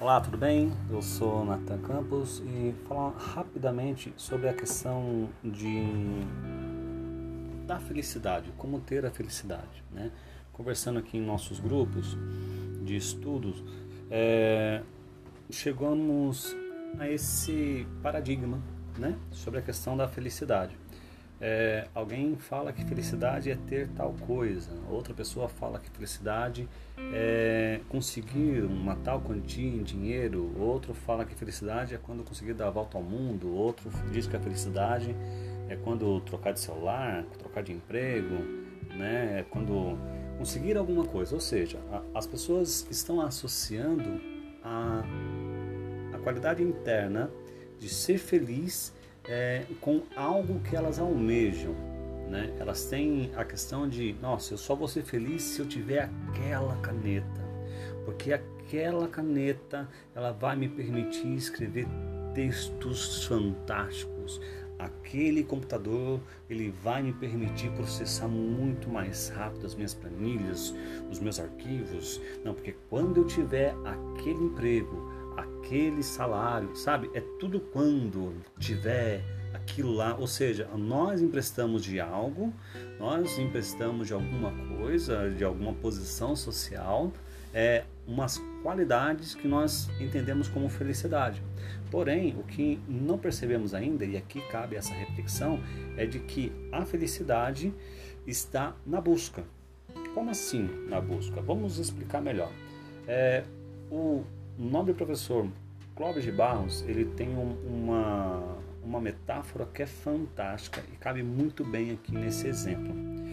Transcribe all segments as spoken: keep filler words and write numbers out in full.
Olá, tudo bem? Eu sou Nathan Campos e falar rapidamente sobre a questão de da felicidade, como ter a felicidade, né? Conversando aqui em nossos grupos de estudos, é, chegamos a esse paradigma, né? Sobre a questão da felicidade. É, alguém fala que felicidade é ter tal coisa, outra pessoa fala que felicidade é conseguir uma tal quantia em dinheiro, outro fala que felicidade é quando conseguir dar a volta ao mundo, outro diz que a felicidade é quando trocar de celular, trocar de emprego, né? É quando conseguir alguma coisa. Ou seja, a, as pessoas estão associando a, a qualidade interna de ser feliz É, com algo que elas almejam, né? Elas têm a questão de, nossa, eu só vou ser feliz se eu tiver aquela caneta, porque aquela caneta ela vai me permitir escrever textos fantásticos, aquele computador ele vai me permitir processar muito mais rápido as minhas planilhas, os meus arquivos, não, porque quando eu tiver aquele emprego, aquele salário, sabe? É tudo quando tiver aquilo lá, ou seja, nós emprestamos de algo, nós emprestamos de alguma coisa, de alguma posição social, é, umas qualidades que nós entendemos como felicidade. Porém, o que não percebemos ainda, e aqui cabe essa reflexão, é de que a felicidade está na busca. Como assim na busca? Vamos explicar melhor. É, o O nobre professor Clóvis de Barros, ele tem um, uma, uma metáfora que é fantástica e cabe muito bem aqui nesse exemplo.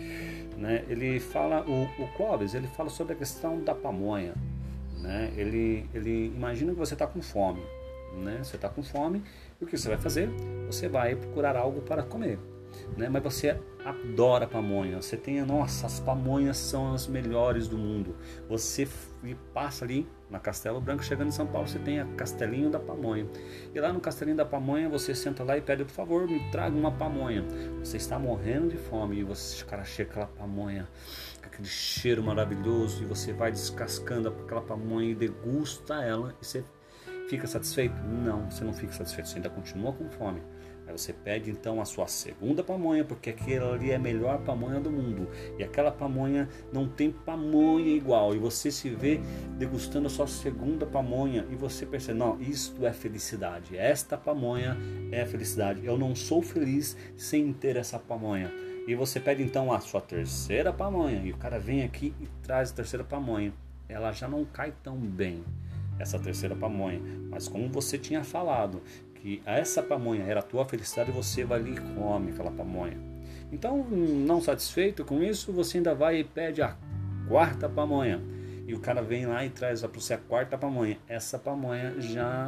Né? Ele fala, o, o Clóvis, ele fala sobre a questão da pamonha. Né? Ele, ele imagina que você está com fome. Né? Você está com fome e o que você vai fazer? Você vai procurar algo para comer. Né? Mas você adora pamonha, você tem, nossa, as pamonhas são as melhores do mundo. Você passa ali na Castelo Branco, chegando em São Paulo, você tem a Castelinho da Pamonha. E lá no Castelinho da Pamonha, você senta lá e pede, por favor, me traga uma pamonha. Você está morrendo de fome e você, cara, chega aquela pamonha, aquele cheiro maravilhoso, e você vai descascando aquela pamonha e degusta ela, e você fica satisfeito? Não, você não fica satisfeito, você ainda continua com fome. Aí você pede então a sua segunda pamonha, porque aquela ali é a melhor pamonha do mundo. E aquela pamonha não tem pamonha igual. E você se vê degustando a sua segunda pamonha e você percebe, não, isto é felicidade. Esta pamonha é a felicidade. Eu não sou feliz sem ter essa pamonha. E você pede então a sua terceira pamonha. E o cara vem aqui e traz a terceira pamonha. Ela já não cai tão bem, essa terceira pamonha. Mas como você tinha falado, que essa pamonha era a tua felicidade, você vai ali e come aquela pamonha. Então, não satisfeito com isso, você ainda vai e pede a quarta pamonha. E o cara vem lá e traz para você a quarta pamonha. Essa pamonha já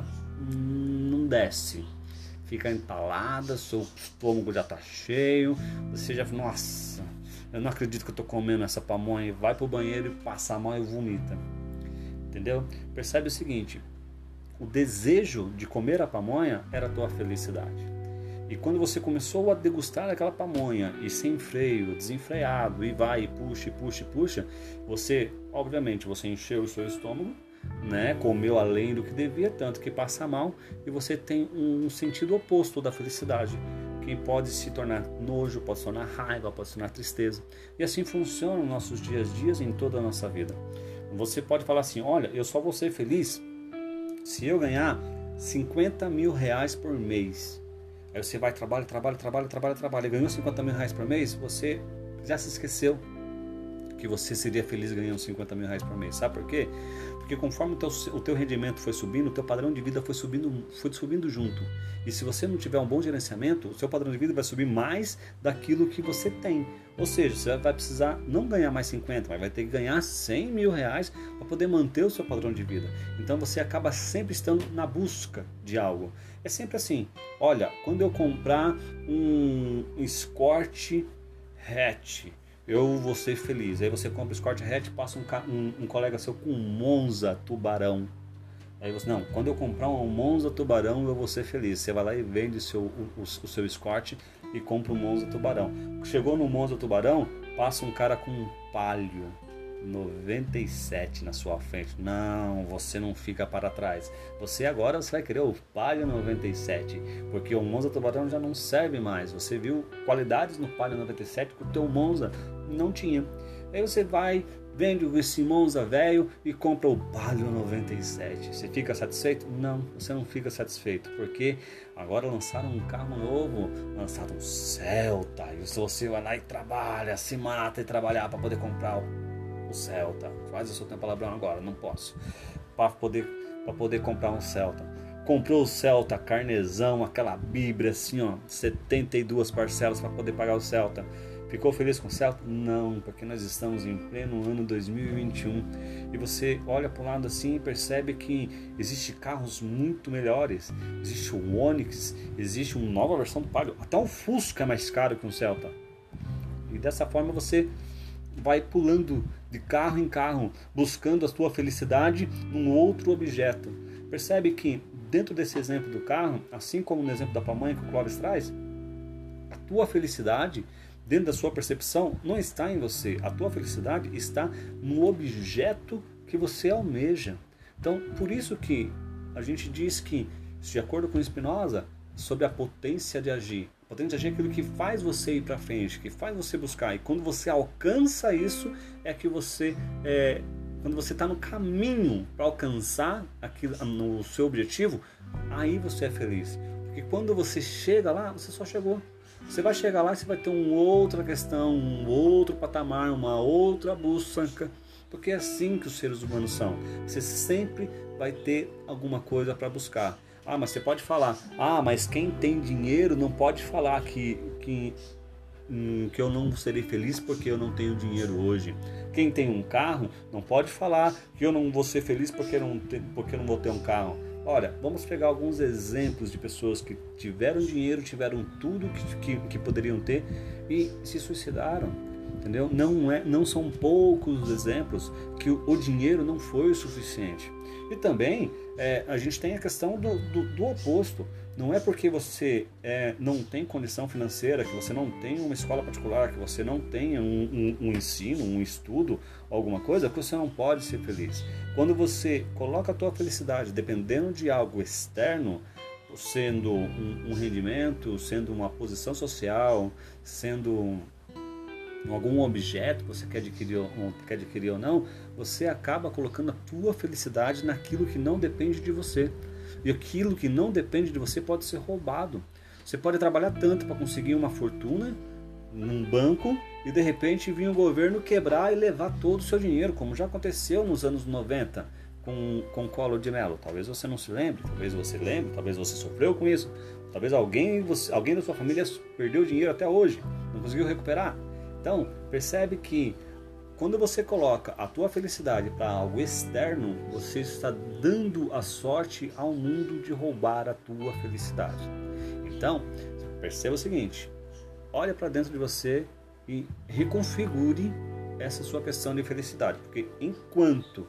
não desce. Fica entalada, seu estômago já está cheio. Você já fala, nossa, eu não acredito que eu estou comendo essa pamonha. Vai para o banheiro e passa mal e vomita. Entendeu? Percebe o seguinte, o desejo de comer a pamonha era a tua felicidade. E quando você começou a degustar aquela pamonha e sem freio, desenfreado, e vai, e puxa, e puxa, e puxa, você, obviamente, você encheu o seu estômago, né? Comeu além do que devia, tanto que passa mal, e você tem um sentido oposto da felicidade, que pode se tornar nojo, pode se tornar raiva, pode se tornar tristeza. E assim funciona nos nossos dias a dias, em toda a nossa vida. Você pode falar assim, olha, eu só vou ser feliz se eu ganhar cinquenta mil reais por mês. Aí você vai, trabalha, trabalha, trabalha, trabalha, trabalha. Ganhou cinquenta mil reais por mês, você já se esqueceu que você seria feliz ganhando cinquenta mil reais por mês. Sabe por quê? Porque conforme o teu, o teu rendimento foi subindo, o teu padrão de vida foi subindo, foi subindo junto. E se você não tiver um bom gerenciamento, o seu padrão de vida vai subir mais daquilo que você tem. Ou seja, você vai precisar não ganhar mais cinquenta, mas vai ter que ganhar cem mil reais para poder manter o seu padrão de vida. Então você acaba sempre estando na busca de algo. É sempre assim, olha, quando eu comprar um Escort hatch, eu vou ser feliz. Aí você compra o Escort hatch, passa um, um, um colega seu com um Monza Tubarão. Aí você, não, quando eu comprar um Monza Tubarão, eu vou ser feliz. Você vai lá e vende o seu, o, o, o seu Escort e compra um Monza Tubarão. Chegou no Monza Tubarão, passa um cara com um Palio. noventa e sete na sua frente. Não, você não fica para trás. Você agora você vai querer o Palio noventa e sete, porque o Monza Tubarão já não serve mais. Você viu qualidades no Palio noventa e sete que o teu Monza não tinha. Aí você vai, vende esse Monza velho e compra o Palio noventa e sete. Você fica satisfeito? Não, você não fica satisfeito, porque agora lançaram um carro novo, lançaram um Celta, e se você vai lá e trabalha, se mata e trabalhar para poder comprar o Celta, quase eu soltei um palavrão agora, não posso, para poder, para poder comprar um Celta. Comprou o Celta, carnezão, aquela bíblia assim, ó, setenta e duas parcelas para poder pagar o Celta. Ficou feliz com o Celta? Não, porque nós estamos em pleno ano dois mil e vinte e um e você olha para o lado assim e percebe que existem carros muito melhores. Existe o Onix, existe uma nova versão do Palio, até o Fusca é mais caro que um Celta. E dessa forma você vai pulando de carro em carro, buscando a sua felicidade num outro objeto. Percebe que dentro desse exemplo do carro, assim como no exemplo da pamonha que o Clóvis traz, a tua felicidade, dentro da sua percepção, não está em você. A tua felicidade está no objeto que você almeja. Então, por isso que a gente diz que, de acordo com Spinoza, sobre a potência de agir. A potência de agir é aquilo que faz você ir para frente, que faz você buscar. E quando você alcança isso, é que você... É, quando você está no caminho para alcançar aquilo, no seu objetivo, aí você é feliz. Porque quando você chega lá, você só chegou. Você vai chegar lá e você vai ter uma outra questão, um outro patamar, uma outra busca, porque é assim que os seres humanos são. Você sempre vai ter alguma coisa para buscar. Ah, mas você pode falar, ah, mas quem tem dinheiro não pode falar que, que, hum, que eu não serei feliz porque eu não tenho dinheiro hoje. Quem tem um carro não pode falar que eu não vou ser feliz porque eu não, te, porque eu não vou ter um carro. Olha, vamos pegar alguns exemplos de pessoas que tiveram dinheiro, tiveram tudo que, que, que poderiam ter e se suicidaram, entendeu? Não, é, não são poucos exemplos que o, o dinheiro não foi o suficiente. E também é, a gente tem a questão do, do, do oposto. Não é porque você é, não tem condição financeira, que você não tem uma escola particular, que você não tenha um, um, um ensino, um estudo, alguma coisa, que você não pode ser feliz. Quando você coloca a tua felicidade dependendo de algo externo, sendo um, um rendimento, sendo uma posição social, sendo algum objeto que você quer adquirir, ou, quer adquirir ou não, você acaba colocando a tua felicidade naquilo que não depende de você. E aquilo que não depende de você pode ser roubado. Você pode trabalhar tanto para conseguir uma fortuna num banco e de repente vir o governo quebrar e levar todo o seu dinheiro, como já aconteceu nos anos noventa com, com Collor de Mello. Talvez você não se lembre, talvez você lembre, talvez você sofreu com isso, talvez alguém, você, alguém da sua família perdeu dinheiro até hoje, não conseguiu recuperar. Então, percebe que quando você coloca a tua felicidade para algo externo, você está dando a sorte ao mundo de roubar a tua felicidade. Então, perceba o seguinte, olha para dentro de você e reconfigure essa sua questão de felicidade, porque enquanto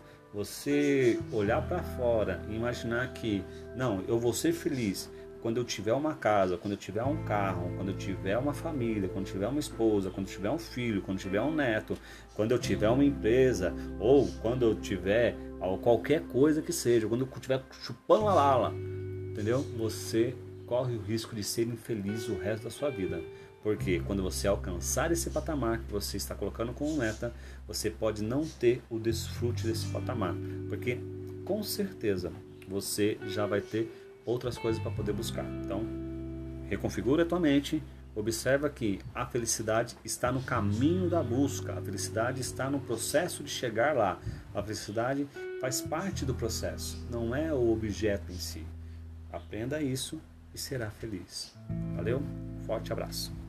você olhar para fora e imaginar que, não, eu vou ser feliz quando eu tiver uma casa, quando eu tiver um carro, quando eu tiver uma família, quando eu tiver uma esposa, quando eu tiver um filho, quando eu tiver um neto, quando eu tiver uma empresa, ou quando eu tiver qualquer coisa que seja, quando eu estiver chupando a lala, entendeu? Você corre o risco de ser infeliz o resto da sua vida. Porque quando você alcançar esse patamar que você está colocando como meta, você pode não ter o desfrute desse patamar. Porque com certeza você já vai ter outras coisas para poder buscar. Então, reconfigura a tua mente, observa que a felicidade está no caminho da busca, a felicidade está no processo de chegar lá, a felicidade faz parte do processo, não é o objeto em si. Aprenda isso e será feliz. Valeu? Forte abraço.